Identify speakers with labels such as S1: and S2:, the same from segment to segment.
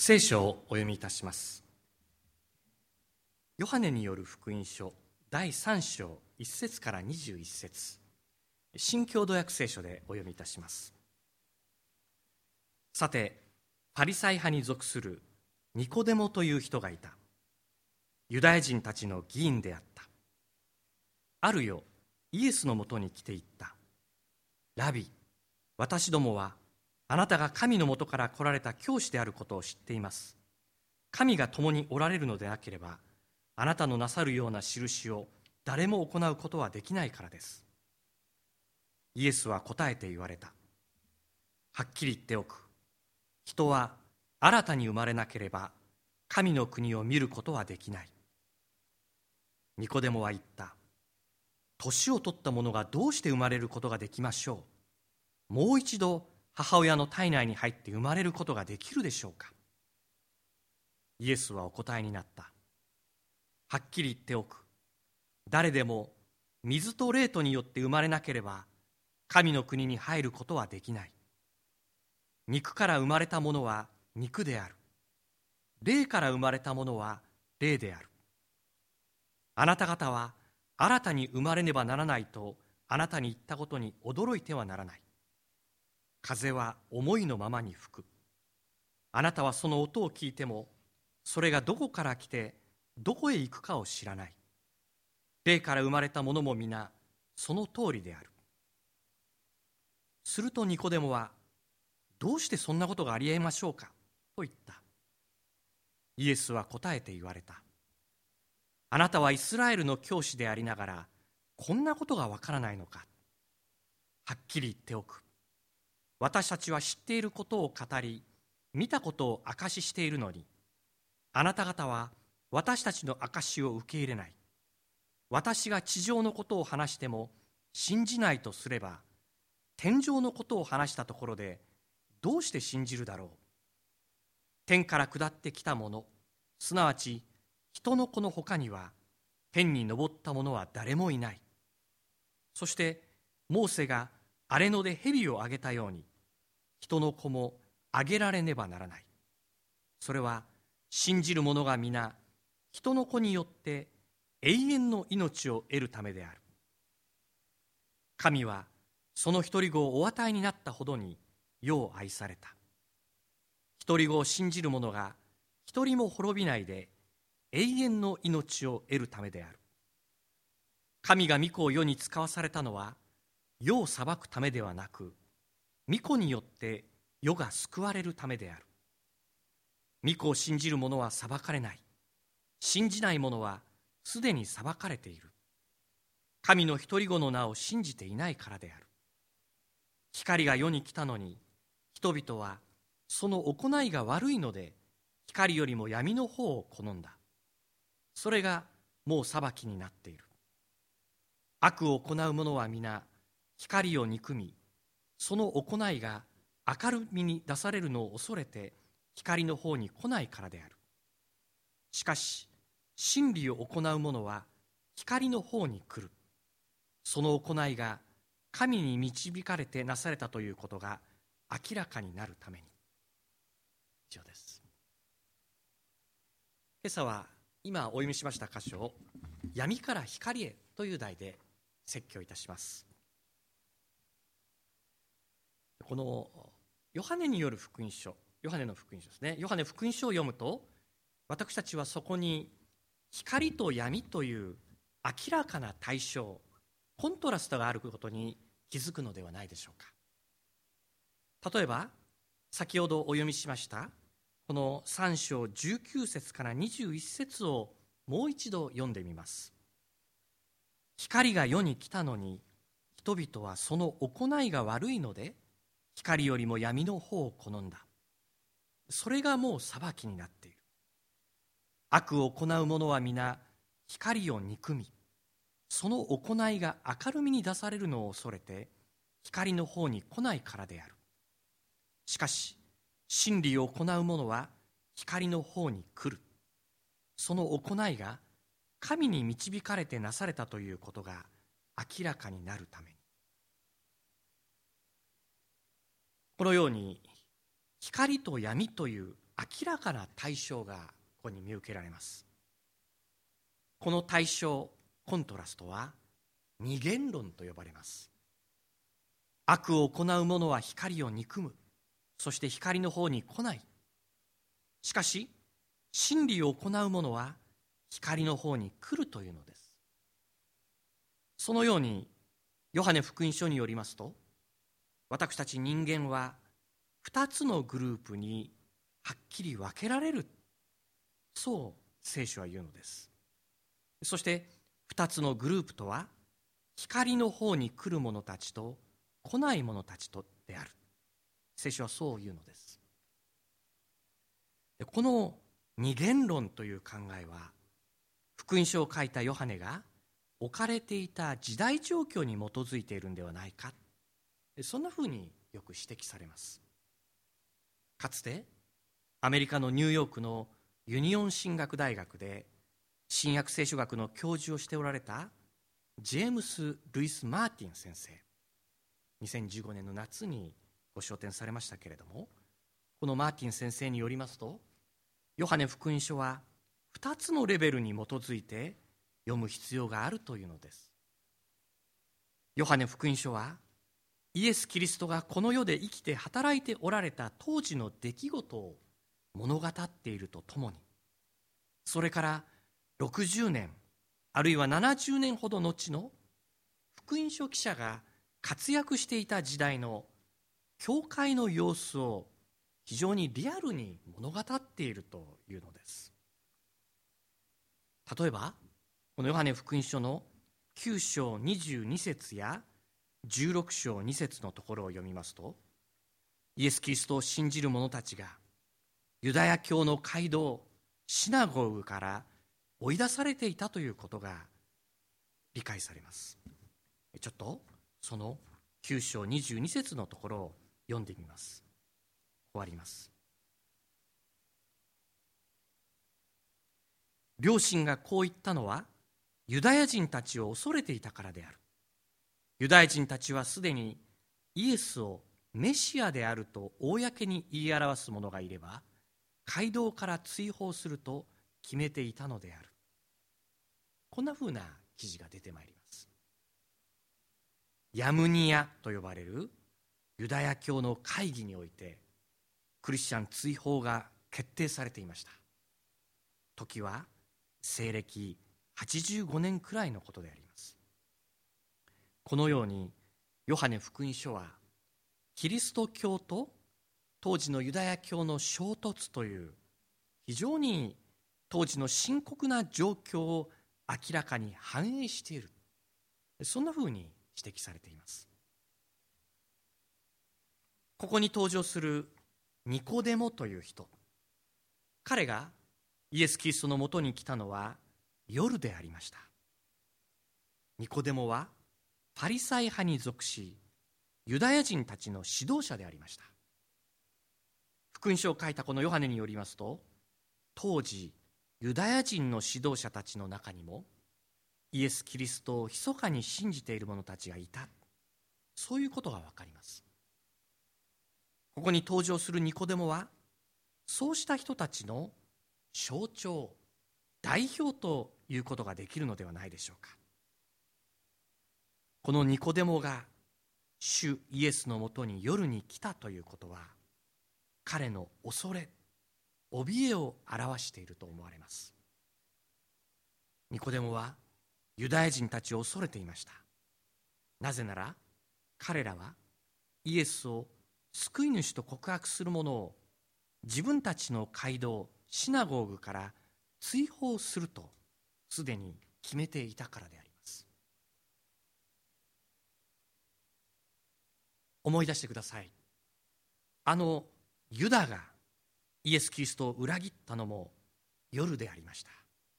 S1: 聖書をお読みいたします。ヨハネによる福音書第3章1節から21節、新共同訳聖書でお読みいたします。さて、パリサイ派に属するニコデモという人がいた。ユダヤ人たちの議員であった。ある夜、イエスのもとに来て言った。ラビ、私どもはあなたが神のもとから来られた教師であることを知っています。神が共におられるのでなければ、あなたのなさるような印を誰も行うことはできないからです。イエスは答えて言われた。はっきり言っておく。人は新たに生まれなければ、神の国を見ることはできない。ニコデモは言った。年を取った者がどうして生まれることができましょう。もう一度母親の体内に入って生まれることができるでしょうか。イエスはお答えになった。はっきり言っておく。誰でも水と霊とによって生まれなければ、神の国に入ることはできない。肉から生まれたものは肉である。霊から生まれたものは霊である。あなた方は新たに生まれねばならないとあなたに言ったことに驚いてはならない。風は思いのままに吹く。あなたはその音を聞いても、それがどこから来てどこへ行くかを知らない。霊から生まれたものも皆その通りである。するとニコデモは、どうしてそんなことがありえましょうかと言った。イエスは答えて言われた。あなたはイスラエルの教師でありながら、こんなことがわからないのか。はっきり言っておく。私たちは知っていることを語り、見たことを証ししているのに、あなた方は私たちの証しを受け入れない。私が地上のことを話しても信じないとすれば、天上のことを話したところでどうして信じるだろう。天から下ってきたもの、すなわち人の子の他には天に昇った者は誰もいない。そしてモーセが荒野で蛇をあげたように、人の子もあげられねばならない。それは信じる者が皆人の子によって永遠の命を得るためである。神はその一人子をお与えになったほどに世を愛された。一人子を信じる者が一人も滅びないで永遠の命を得るためである。神が御子を世に使わされたのは、世を裁くためではなく、御子によって世が救われるためである。御子を信じる者は裁かれない。信じない者はすでに裁かれている。神の一人子の名を信じていないからである。光が世に来たのに、人々はその行いが悪いので、光よりも闇の方を好んだ。それがもう裁きになっている。悪を行う者は皆光を憎み、その行いが明るみに出されるのを恐れて光の方に来ないからである。しかし真理を行う者は光の方に来る。その行いが神に導かれてなされたということが明らかになるために。以上です。今朝は今お読みしました箇所を闇から光へという題で説教いたします。このヨハネによる福音書、ヨハネの福音書ですね。ヨハネ福音書を読むと、私たちはそこに光と闇という明らかな対象、コントラストがあることに気づくのではないでしょうか。例えば先ほどお読みしましたこの3章19節から21節をもう一度読んでみます。光が世に来たのに、人々はその行いが悪いので光よりも闇の方を好んだ。それがもう裁きになっている。悪を行う者は皆光を憎み、その行いが明るみに出されるのを恐れて光の方に来ないからである。しかし真理を行う者は光の方に来る。その行いが神に導かれてなされたということが明らかになるために。このように光と闇という明らかな対象がここに見受けられます。この対象、コントラストは二元論と呼ばれます。悪を行う者は光を憎む、そして光の方に来ない。しかし真理を行う者は光の方に来るというのです。そのようにヨハネ福音書によりますと、私たち人間は2つのグループにはっきり分けられる、そう聖書は言うのです。そして2つのグループとは、光の方に来る者たちと来ない者たちとである。聖書はそう言うのです。この二元論という考えは、福音書を書いたヨハネが置かれていた時代状況に基づいているんではないか、そんなふうによく指摘されます。かつてアメリカのニューヨークのユニオン神学大学で新約聖書学の教授をしておられたジェームス・ルイス・マーティン先生、2015年の夏にご昇天されましたけれども、このマーティン先生によりますと、ヨハネ福音書は2つのレベルに基づいて読む必要があるというのです。ヨハネ福音書はイエス・キリストがこの世で生きて働いておられた当時の出来事を物語っているとともに、それから60年あるいは70年ほど後の福音書記者が活躍していた時代の教会の様子を非常にリアルに物語っているというのです。例えばこのヨハネ福音書の9章22節や16章2節のところを読みますと、イエス・キリストを信じる者たちがユダヤ教の街道シナゴーグから追い出されていたということが理解されます。ちょっとその9章22節のところを読んでみます。終わります。両親がこう言ったのはユダヤ人たちを恐れていたからである。ユダヤ人たちはすでにイエスをメシアであると公に言い表す者がいれば街道から追放すると決めていたのである。こんなふうな記事が出てまいります。ヤムニヤと呼ばれるユダヤ教の会議においてクリスチャン追放が決定されていました。時は西暦85年くらいのことであります。このようにヨハネ福音書はキリスト教と当時のユダヤ教の衝突という非常に当時の深刻な状況を明らかに反映している、そんなふうに指摘されています。ここに登場するニコデモという人、彼がイエス・キリストのもとに来たのは夜でありました。ニコデモはパリサイ派に属しユダヤ人たちの指導者でありました。福音書を書いたこのヨハネによりますと、当時ユダヤ人の指導者たちの中にもイエス・キリストを密かに信じている者たちがいた、そういうことがわかります。ここに登場するニコデモはそうした人たちの象徴、代表ということができるのではないでしょうか。このニコデモが主イエスのもとに夜に来たということは、彼の恐れ、怯えを表していると思われます。ニコデモはユダヤ人たちを恐れていました。なぜなら彼らはイエスを救い主と告白する者を自分たちの街道シナゴーグから追放するとすでに決めていたからであります。思い出してください。ユダがイエス・キリストを裏切ったのも夜でありました。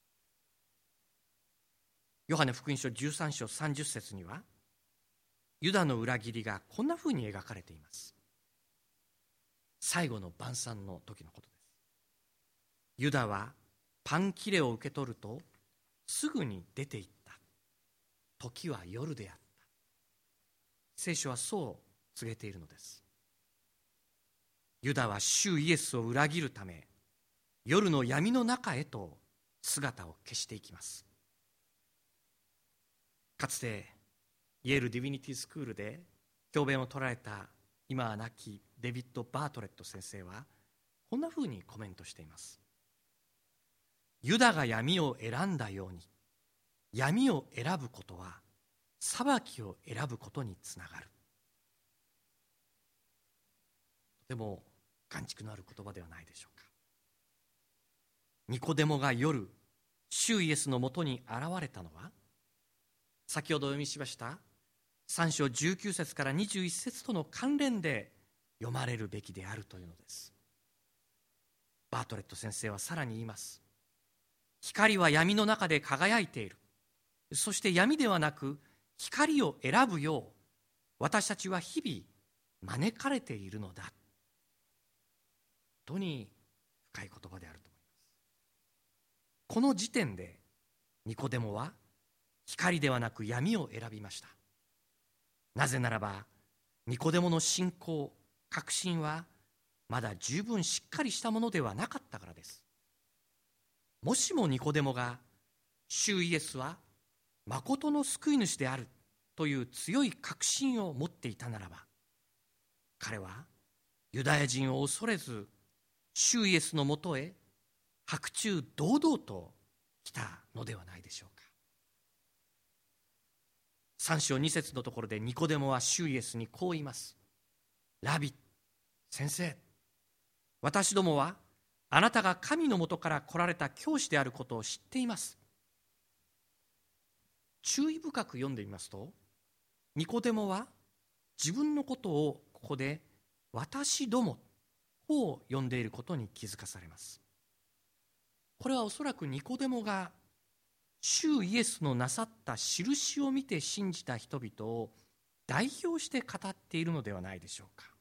S1: ヨハネ福音書13章30節にはユダの裏切りがこんなふうに描かれています。最後の晩餐の時のことです。ユダはパン切れを受け取るとすぐに出て行った。時は夜であった。聖書はそう告げているのです。ユダは主イエスを裏切るため夜の闇の中へと姿を消していきます。かつてイェール・ディヴィニティスクールで教鞭を取られた今は亡きデビッド・バートレット先生はこんなふうにコメントしています。ユダが闇を選んだように、闇を選ぶことは裁きを選ぶことにつながる。とても含蓄のある言葉ではないでしょうか。ニコデモが夜、主イエスのもとに現れたのは、先ほどお読みしました3章19節から21節との関連で読まれるべきであるというのです。バートレット先生はさらに言います。光は闇の中で輝いている。そして闇ではなく光を選ぶよう私たちは日々招かれているのだ。本当に深い言葉であると思います。この時点でニコデモは光ではなく闇を選びました。なぜならばニコデモの信仰、確信はまだ十分しっかりしたものではなかったからです。もしもニコデモが主イエスは誠の救い主であるという強い確信を持っていたならば、彼はユダヤ人を恐れず主イエスのもとへ白昼堂々と来たのではないでしょうか。3章2節のところでニコデモは主イエスにこう言います。ラビ、先生、私どもはあなたが神のもとから来られた教師であることを知っています。注意深く読んでみますと、ニコデモは自分のことをここで私どもを呼んでいることに気づかされます。これはおそらくニコデモが主イエスのなさった印を見て信じた人々を代表して語っているのではないでしょうか。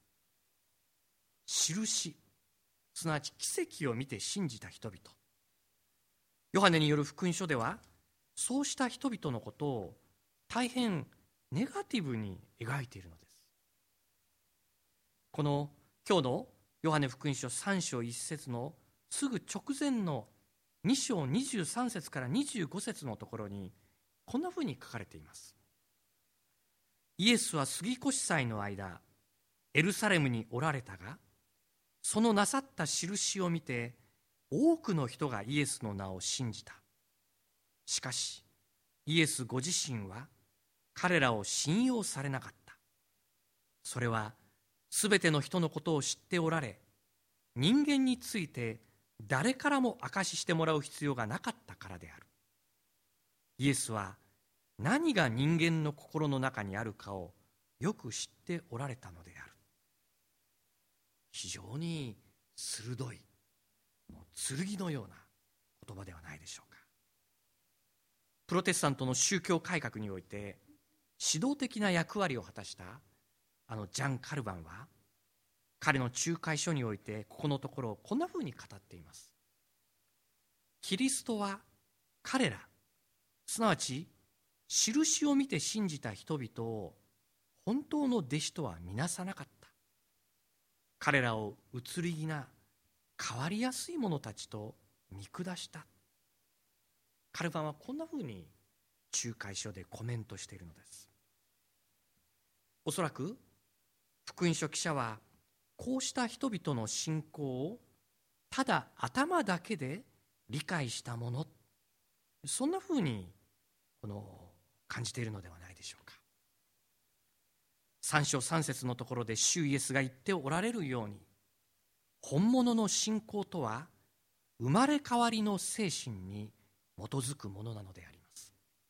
S1: 印、すなわち奇跡を見て信じた人々。ヨハネによる福音書ではそうした人々のことを大変ネガティブに描いているのです。この今日のヨハネ福音書3章1節のすぐ直前の2章23節から25節のところにこんなふうに書かれています。イエスは杉越祭の間エルサレムにおられたが、そのなさった印を見て多くの人がイエスの名を信じた。しかしイエスご自身は彼らを信用されなかった。それはすべての人のことを知っておられ、人間について誰からも証ししてもらう必要がなかったからである。イエスは何が人間の心の中にあるかをよく知っておられたのである。非常に鋭い、剣のような言葉ではないでしょうか。プロテスタントの宗教改革において指導的な役割を果たしたジャン・カルバンは、彼の仲介書においてここのところをこんなふうに語っています。キリストは彼ら、すなわち印を見て信じた人々を本当の弟子とは見なさなかった。彼らを移り気な変わりやすい者たちと見下した。カルバンはこんなふうに仲介書でコメントしているのです。おそらく福音書記者はこうした人々の信仰をただ頭だけで理解したもの、そんなふうに感じているのではないでしょうか。3章3節のところで主イエスが言っておられるように、本物の信仰とは生まれ変わりの精神に基づくものなのであります。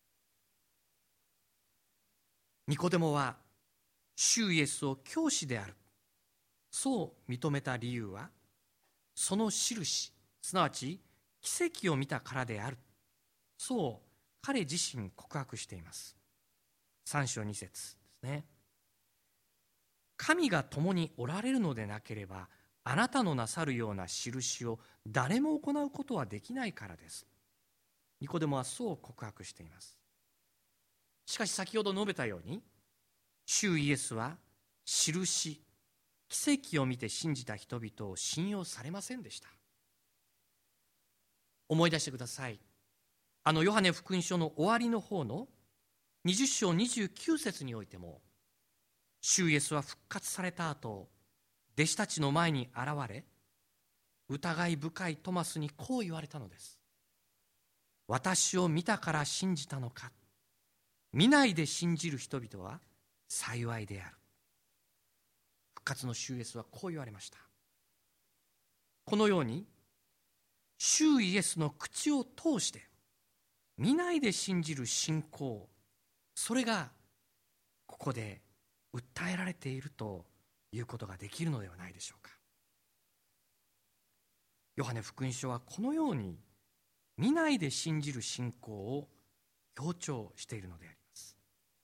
S1: ニコデモは主イエスを教師である、そう認めた理由は、その印、すなわち奇跡を見たからである、そう彼自身告白しています。3章2節ですね。神が共におられるのでなければ、あなたのなさるような印を誰も行うことはできないからです。ニコデモはそう告白しています。しかし先ほど述べたように、主イエスは印、奇跡を見て信じた人々を信用されませんでした。 思い出してください。ヨハネ福音書の終わりの方の20章29節においても、主イエスは復活された後、弟子たちの前に現れ、疑い深いトマスにこう言われたのです。私を見たから信じたのか。見ないで信じる人々は幸いである。復活の主イエスはこう言われました。このように主イエスの口を通して見ないで信じる信仰、それがここで訴えられているということができるのではないでしょうか。ヨハネ福音書はこのように見ないで信じる信仰を強調しているのであります。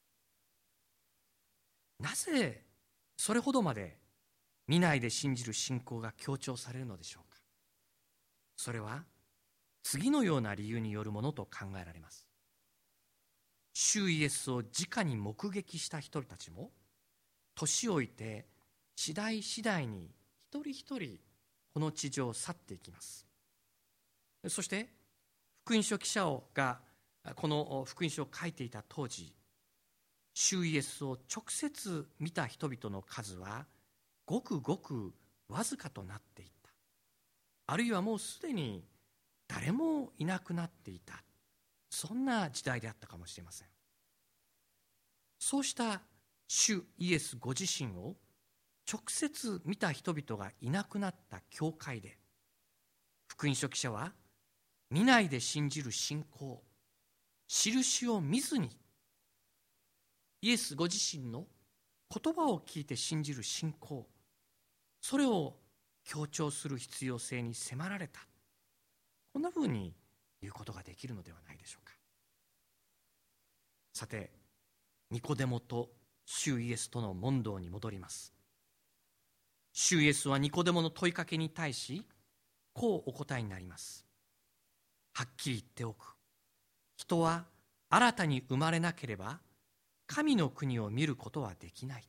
S1: なぜそれほどまで見ないで信じる信仰が強調されるのでしょうか。それは次のような理由によるものと考えられます。主イエスを直に目撃した人たちも年老いて次第次第に一人一人この地上を去っていきます。そして福音書記者がこの福音書を書いていた当時、主イエスを直接見た人々の数はごくごくわずかとなっていった。あるいはもうすでに誰もいなくなっていた、そんな時代であったかもしれません。そうした主イエスご自身を直接見た人々がいなくなった教会で、福音書記者は見ないで信じる信仰、印を見ずにイエスご自身の言葉を聞いて信じる信仰、それを強調する必要性に迫られた、こんなふうに言うことができるのではないでしょうか。さて、ニコデモと主イエスとの問答に戻ります。主イエスはニコデモの問いかけに対しこうお答えになります。はっきり言っておく。人は新たに生まれなければ神の国を見ることはできない。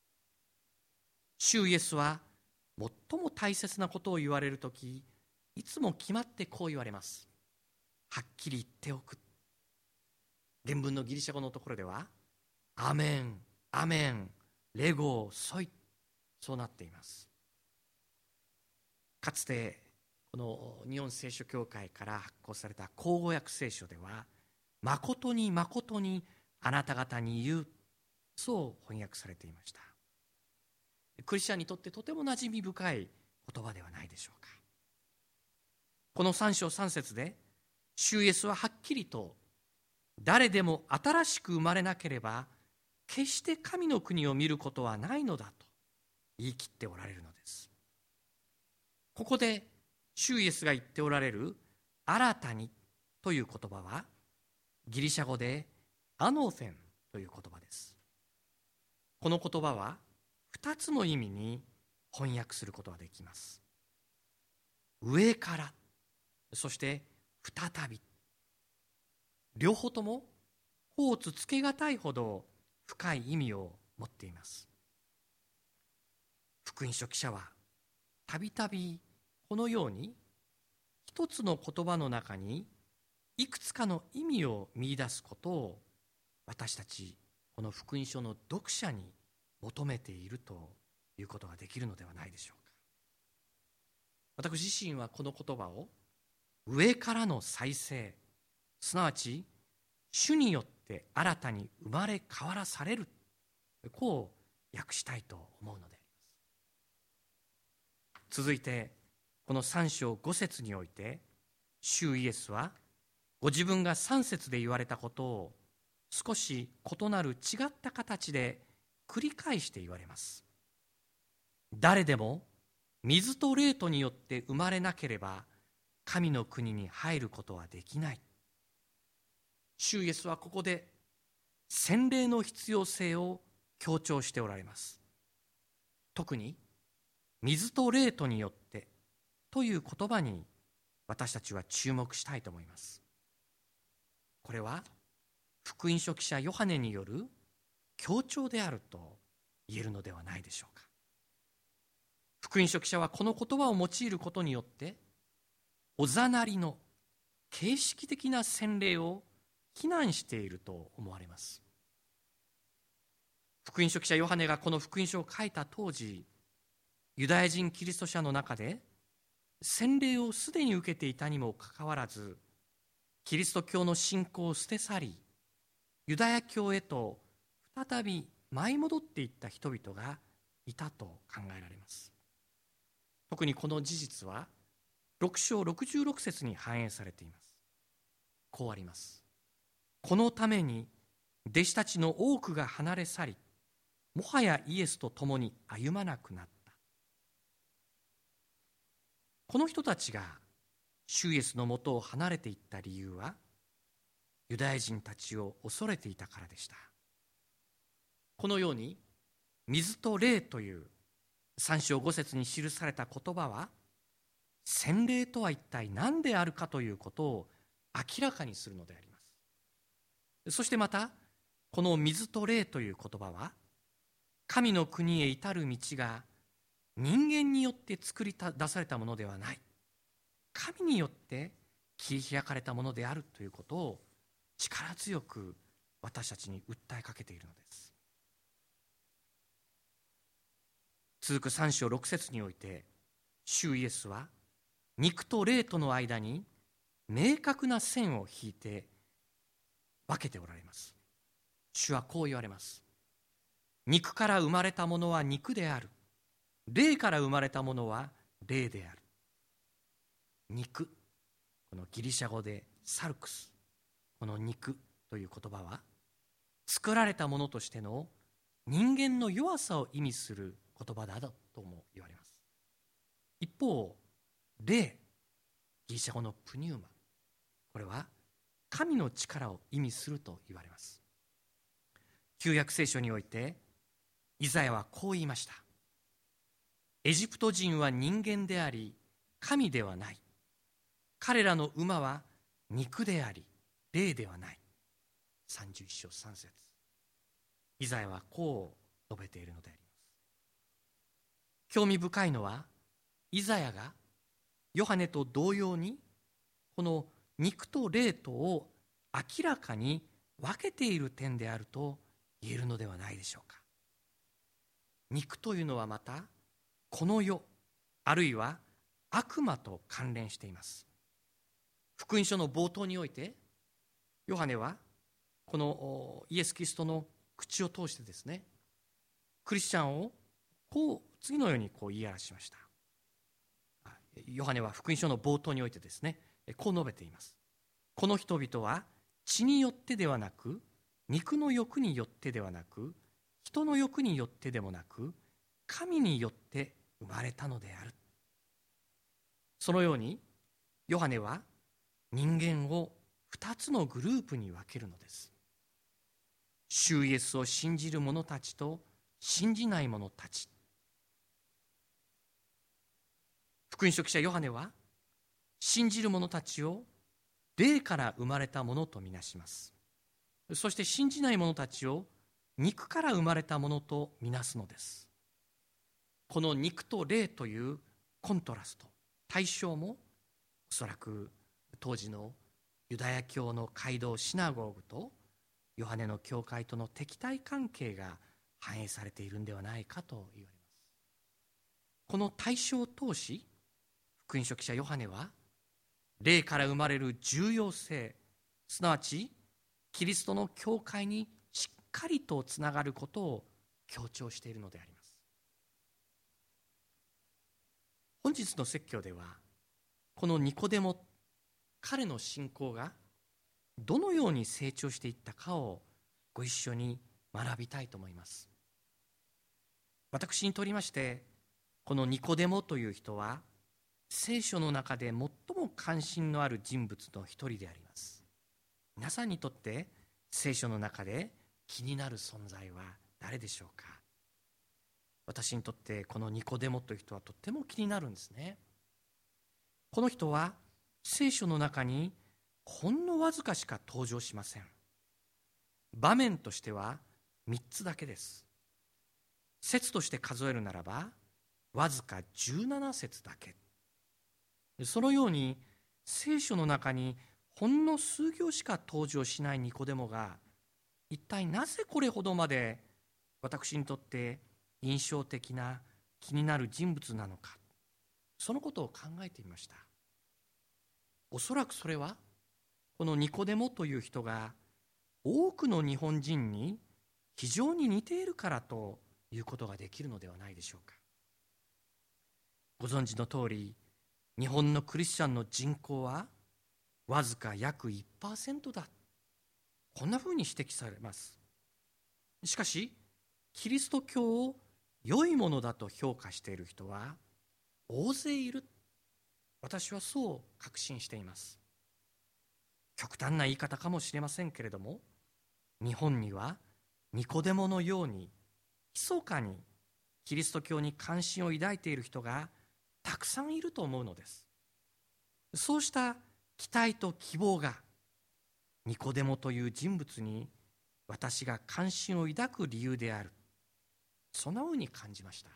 S1: 主イエスは最も大切なことを言われるとき、いつも決まってこう言われます。はっきり言っておく。原文のギリシャ語のところではアメン、アメン、レゴ、ソイ、そうなっています。かつてこの日本聖書協会から発行された口語訳聖書では、誠に誠にあなた方に言う、そう翻訳されていました。クリスチャンにとってとても馴染み深い言葉ではないでしょうか。この3章3節で主イエスははっきりと、誰でも新しく生まれなければ決して神の国を見ることはないのだと言い切っておられるのです。ここで主イエスが言っておられる新たにという言葉はギリシャ語でアノフェンという言葉です。この言葉は2つの意味に翻訳することができます。上から、そして再び、両方とも甲乙つけがたいほど深い意味を持っています。福音書記者はたびたびこのように一つの言葉の中にいくつかの意味を見出すことを私たちこの福音書の読者に求めているということができるのではないでしょうか。私自身はこの言葉を上からの再生、すなわち主によって新たに生まれ変わらされる、こう訳したいと思うのであります。続いてこの3章5節において主イエスはご自分が3節で言われたことを少し異なる違った形で繰り返して言われます。誰でも水と霊とによって生まれなければ神の国に入ることはできない。主イエスはここで洗礼の必要性を強調しておられます。特に水と霊とによってという言葉に私たちは注目したいと思います。これは福音書記者ヨハネによる強調であると言えるのではないでしょうか。福音書記者はこの言葉を用いることによっておざなりの形式的な洗礼を非難していると思われます。福音書記者ヨハネがこの福音書を書いた当時、ユダヤ人キリスト者の中で洗礼をすでに受けていたにもかかわらず、キリスト教の信仰を捨て去り、ユダヤ教へと再び舞い戻っていった人々がいたと考えられます。特にこの事実は6章66節に反映されています。こうあります。このために弟子たちの多くが離れ去り、もはやイエスと共に歩まなくなった。この人たちが主イエスのもとを離れていった理由は、ユダヤ人たちを恐れていたからでした。このように水と霊という3章5節に記された言葉は、洗礼とは一体何であるかということを明らかにするのであります。そしてまた、この水と霊という言葉は、神の国へ至る道が人間によって作り出されたものではない、神によって切り開かれたものであるということを力強く私たちに訴えかけているのです。続く3章6節において、主イエスは肉と霊との間に明確な線を引いて分けておられます。主はこう言われます。肉から生まれたものは肉である。霊から生まれたものは霊である。肉、このギリシャ語でサルクス、この肉という言葉は、作られたものとしての人間の弱さを意味する言葉だとも言われます。一方、霊、ギリシャ語のプニューマ、これは神の力を意味すると言われます。旧約聖書においてイザヤはこう言いました。エジプト人は人間であり神ではない。彼らの馬は肉であり霊ではない。31章3節。イザヤはこう述べているのであります。興味深いのは、イザヤがヨハネと同様にこの肉と霊とを明らかに分けている点であると言えるのではないでしょうか。肉というのはまたこの世、あるいは悪魔と関連しています。福音書の冒頭においてヨハネはこのイエス・キリストの口を通してですね、クリスチャンを次のように言い表しました。ヨハネは福音書の冒頭においてですね、こう述べています。この人々は血によってではなく、肉の欲によってではなく、人の欲によってでもなく、神によって生まれたのである。そのようにヨハネは人間を2つのグループに分けるのです。主イエスを信じる者たちと信じない者たち。福音書記者ヨハネは信じる者たちを霊から生まれたものとみなします。そして信じない者たちを肉から生まれたものとみなすのです。この肉と霊というコントラスト、対象もおそらく当時のユダヤ教の街道シナゴーグとヨハネの教会との敵対関係が反映されているんではないかと言われます。この対象を通し、福音書記者ヨハネは霊から生まれる重要性、すなわちキリストの教会にしっかりとつながることを強調しているのであります。本日の説教ではこのニコデモ、彼の信仰がどのように成長していったかをご一緒に学びたいと思います。私にとりましてこのニコデモという人は聖書の中で最も関心のある人物の一人であります。皆さんにとって聖書の中で気になる存在は誰でしょうか。私にとってこのニコデモという人はとっても気になるんですね。この人は聖書の中にほんのわずかしか登場しません。場面としては3つだけです。節として数えるならばわずか17節だけ。そのように聖書の中にほんの数行しか登場しないニコデモが、一体なぜこれほどまで私にとって印象的な気になる人物なのか、そのことを考えてみました。おそらくそれはこのニコデモという人が多くの日本人に非常に似ているからということができるのではないでしょうか。ご存知の通り、日本のクリスチャンの人口はわずか約 1% だ、こんなふうに指摘されます。しかしキリスト教を良いものだと評価している人は大勢いる、私はそう確信しています。極端な言い方かもしれませんけれども、日本にはニコデモのように密かにキリスト教に関心を抱いている人がたくさんいると思うのです。そうした期待と希望がニコデモという人物に私が関心を抱く理由である、そんなふうに感じました。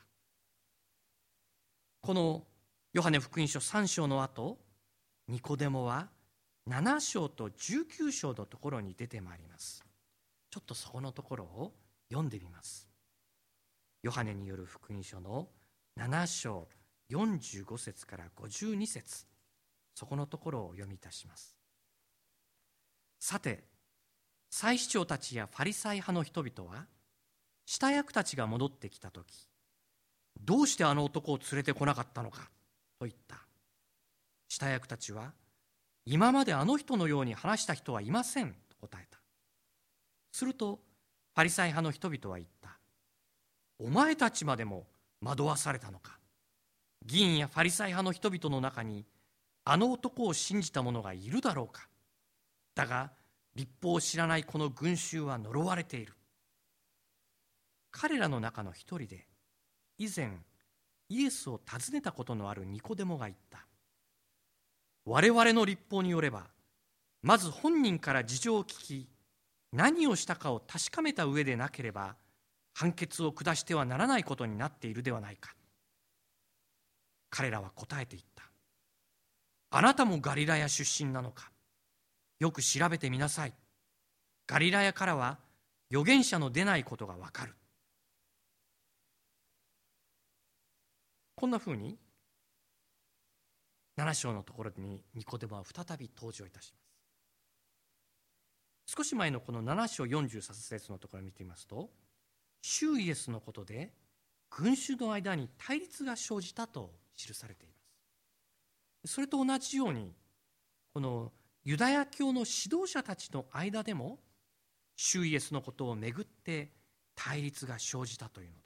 S1: このヨハネ福音書3章の後、ニコデモは7章と19章のところに出てまいります。ちょっとそこのところを読んでみます。ヨハネによる福音書の7章45節から52節、そこのところをお読みいたします。さて、祭司長たちやファリサイ派の人々は、下役たちが戻ってきたとき、どうしてあの男を連れてこなかったのかと言った。下役たちは、今まであの人のように話した人はいませんと答えた。するとファリサイ派の人々は言った。お前たちまでも惑わされたのか。議員やファリサイ派の人々の中にあの男を信じた者がいるだろうか。だが律法を知らないこの群衆は呪われている。彼らの中の一人で以前イエスを訪ねたことのあるニコデモが言った。我々の律法によれば、まず本人から事情を聞き、何をしたかを確かめた上でなければ判決を下してはならないことになっているではないか。彼らは答えて言った。あなたもガリラヤ出身なのか。よく調べてみなさい。ガリラヤからは預言者の出ないことがわかる。こんなふうに7章のところにニコデモは再び登場いたします。少し前のこの7章43節のところを見てみますと、主イエスのことで群衆の間に対立が生じたと記されています。それと同じように、このユダヤ教の指導者たちの間でも主イエスのことをめぐって対立が生じたというのです。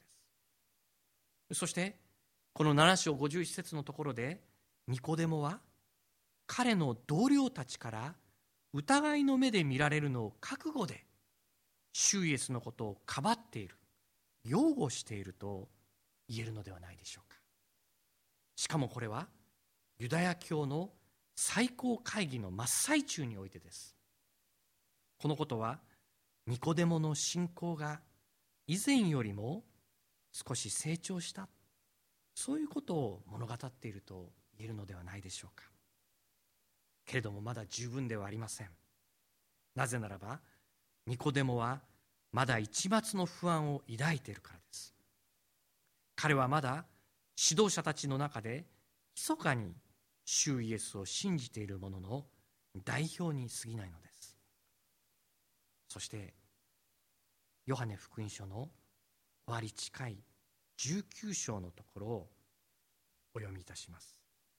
S1: そしてこの7章51節のところで、ニコデモは彼の同僚たちから疑いの目で見られるのを覚悟で主イエスのことをかばっている、擁護していると言えるのではないでしょうか。しかもこれはユダヤ教の最高会議の真っ最中においてです。このことはニコデモの信仰が以前よりも少し成長した、そういうことを物語っていると言えるのではないでしょうか。けれどもまだ十分ではありません。なぜならばニコデモはまだ一抹の不安を抱いているからです。彼はまだ指導者たちの中で密かに主イエスを信じている者の代表に過ぎないのです。そしてヨハネ福音書の終わり近い19章のところをお読みいたします。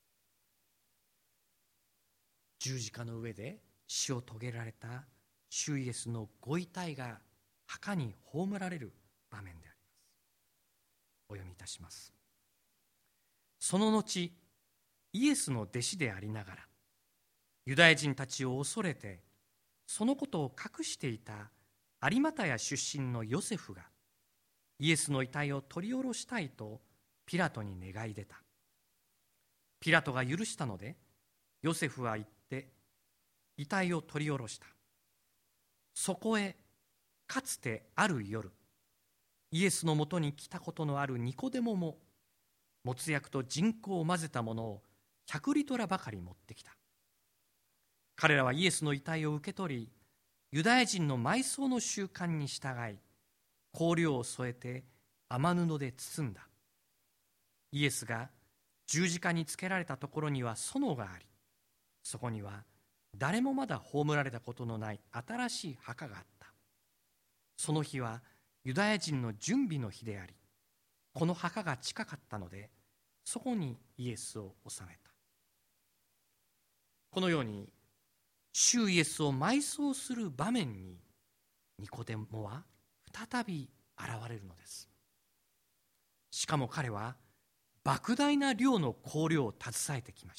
S1: 十字架の上で死を遂げられた主イエスのご遺体が墓に葬られる場面であります。お読みいたします。その後、イエスの弟子でありながらユダヤ人たちを恐れてそのことを隠していた有馬太出身のヨセフがイエスの遺体を取り下ろしたいとピラトに願い出た。ピラトが許したのでヨセフは行って遺体を取り下ろした。そこへかつてある夜、イエスのもとに来たことのあるニコデモももつ薬と人工を混ぜたものを100リトラばかり持ってきた。 彼らはイエスの遺体を受け取り、ユダヤ人の埋葬の習慣に従い、香料を添えて雨布で包んだ。イエスが十字架につけられたところには園があり、そこには誰もまだ葬られたことのない新しい墓があった。その日はユダヤ人の準備の日であり、この墓が近かったので、そこにイエスを納めた。このように、主イエスを埋葬する場面にニコデモは再び現れるのです。しかも彼は莫大な量の香料を携えてきました。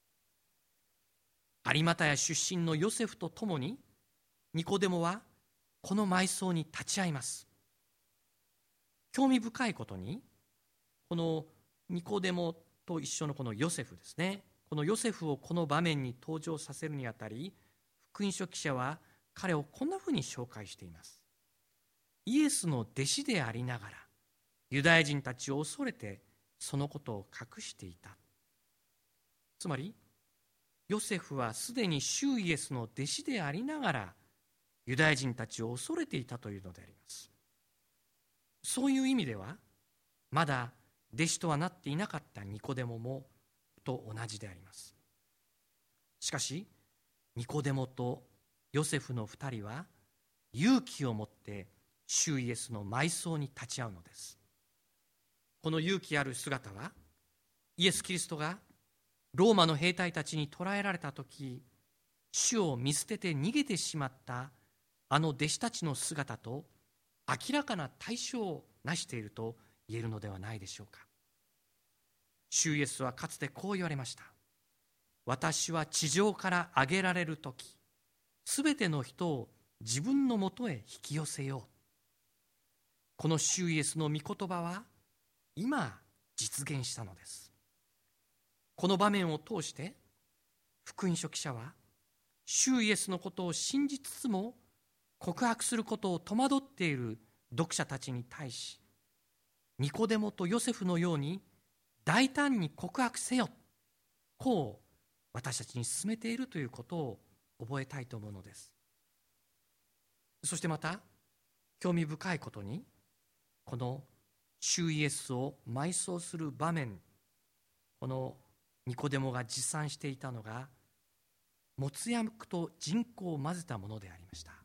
S1: 有馬太出身のヨセフと共にニコデモはこの埋葬に立ち会います。興味深いことに、このニコデモと一緒のこのヨセフですね、このヨセフをこの場面に登場させるにあたり、福音書記者は彼をこんなふうに紹介しています。イエスの弟子でありながらユダヤ人たちを恐れてそのことを隠していた。つまりヨセフはすでに主イエスの弟子でありながらユダヤ人たちを恐れていたというのであります。そういう意味ではまだ弟子とはなっていなかったニコデモもと同じであります。しかしニコデモとヨセフの二人は勇気を持って主イエスの埋葬に立ち会うのです。この勇気ある姿はイエス・キリストがローマの兵隊たちに捕らえられた時、主を見捨てて逃げてしまったあの弟子たちの姿と明らかな対照をなしていると言えるのではないでしょうか。主イエスはかつてこう言われました。私は地上から上げられるとき、すべての人を自分のもとへ引き寄せよう。この主イエスの御言葉は今実現したのです。この場面を通して福音書記者は主イエスのことを信じつつも告白することを戸惑っている読者たちに対し、ニコデモとヨセフのように大胆に告白せよ、こう私たちに進めているということを覚えたいと思うのです。そしてまた興味深いことに、この主イエスを埋葬する場面、このニコデモが持参していたのがもつ薬と人工を混ぜたものでありました。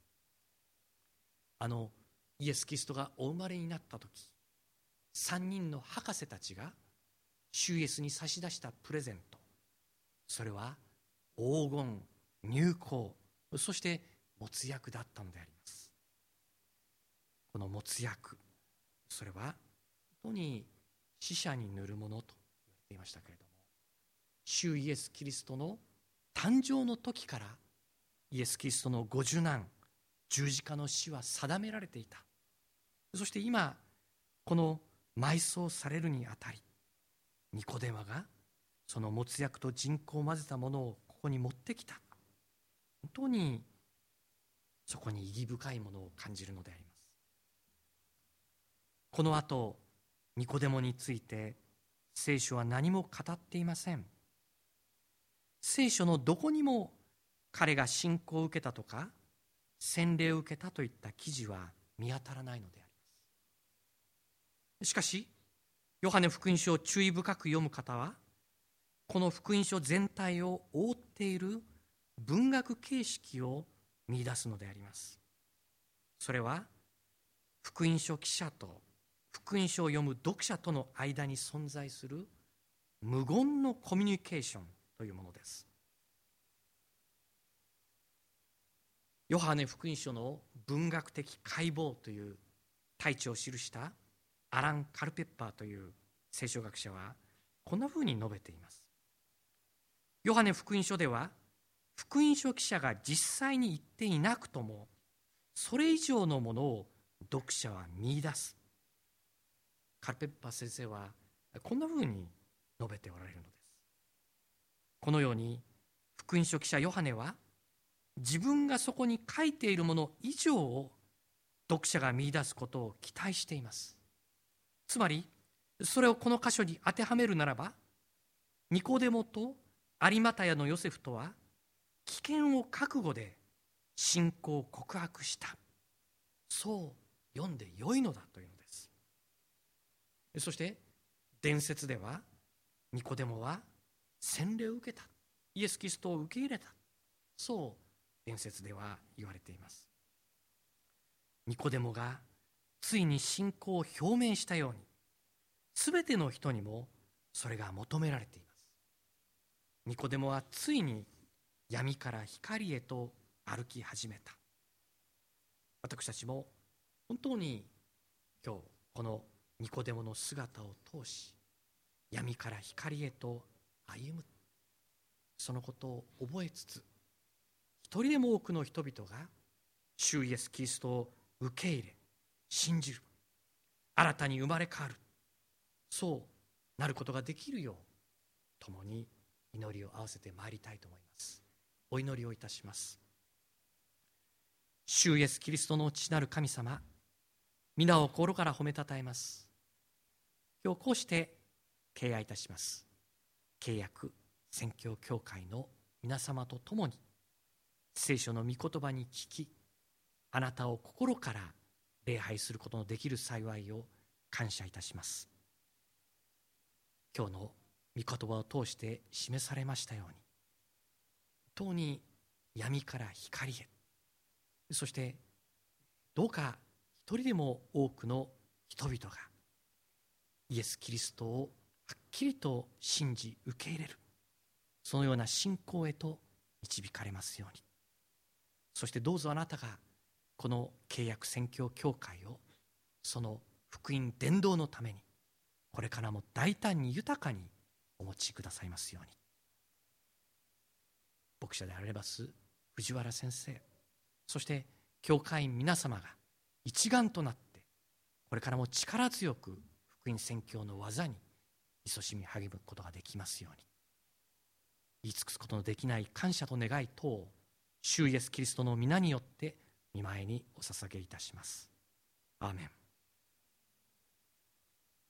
S1: イエス・キリストがお生まれになった時、3人の博士たちが主イエスに差し出したプレゼント、それは黄金、乳香、そして没薬だったのであります。この没薬、それは本当に死者に塗るものと言われていましたけれども、主イエス・キリストの誕生の時からイエス・キリストのご受難、十字架の死は定められていた。そして今この埋葬されるにあたり、ニコデモがその没薬と人工を混ぜたものをここに持ってきた。本当にそこに意義深いものを感じるのであります。この後ニコデモについて聖書は何も語っていません。聖書のどこにも彼が信仰を受けたとか洗礼を受けたといった記事は見当たらないのであります。しかしヨハネ福音書を注意深く読む方は、この福音書全体を覆っている文学形式を見出すのであります。それは福音書記者と福音書を読む読者との間に存在する無言のコミュニケーションというものです。ヨハネ福音書の文学的解剖というタイトルを記したアラン・カルペッパーという聖書学者はこんなふうに述べています。ヨハネ福音書では福音書記者が実際に言っていなくともそれ以上のものを読者は見出す。カルペッパー先生はこんなふうに述べておられるのです。このように福音書記者ヨハネは自分がそこに書いているもの以上を読者が見出すことを期待しています。つまりそれをこの箇所に当てはめるならば、ニコデモと有馬太のヨセフとは危険を覚悟で信仰を告白した、そう読んでよいのだというのです。そして伝説では、ニコデモは洗礼を受けた、イエス・キリストを受け入れた、そう伝説では言われています。ニコデモがついに信仰を表明したように、すべての人にもそれが求められています。ニコデモはついに闇から光へと歩き始めた。私たちも本当に今日このニコデモの姿を通し、闇から光へと歩む、そのことを覚えつつ、一人でも多くの人々が主イエス・キリストを受け入れ信じる、新たに生まれ変わる、そうなることができるよう、共に祈りを合わせてまいりたいと思います。お祈りをいたします。主イエス・キリストの父なる神様、皆を心から褒めたたえます。今日こうして敬愛いたします。契約宣教協会の皆様と共に、聖書の御言葉に聞き、あなたを心から礼拝することのできる幸いを感謝いたします。今日の御言葉を通して示されましたように、本当に闇から光へ、そしてどうか一人でも多くの人々がイエス・キリストをはっきりと信じ受け入れる、そのような信仰へと導かれますように。そしてどうぞあなたがこの契約宣教協会を、その福音伝道のためにこれからも大胆に豊かにお持ちくださいますように。牧者であられます藤原先生、そして教会員皆様が一丸となって、これからも力強く福音宣教の技に勤しみ励むことができますように。言い尽くすことのできない感謝と願い等を、主イエスキリストの皆によって御前にお捧げいたします。アーメン。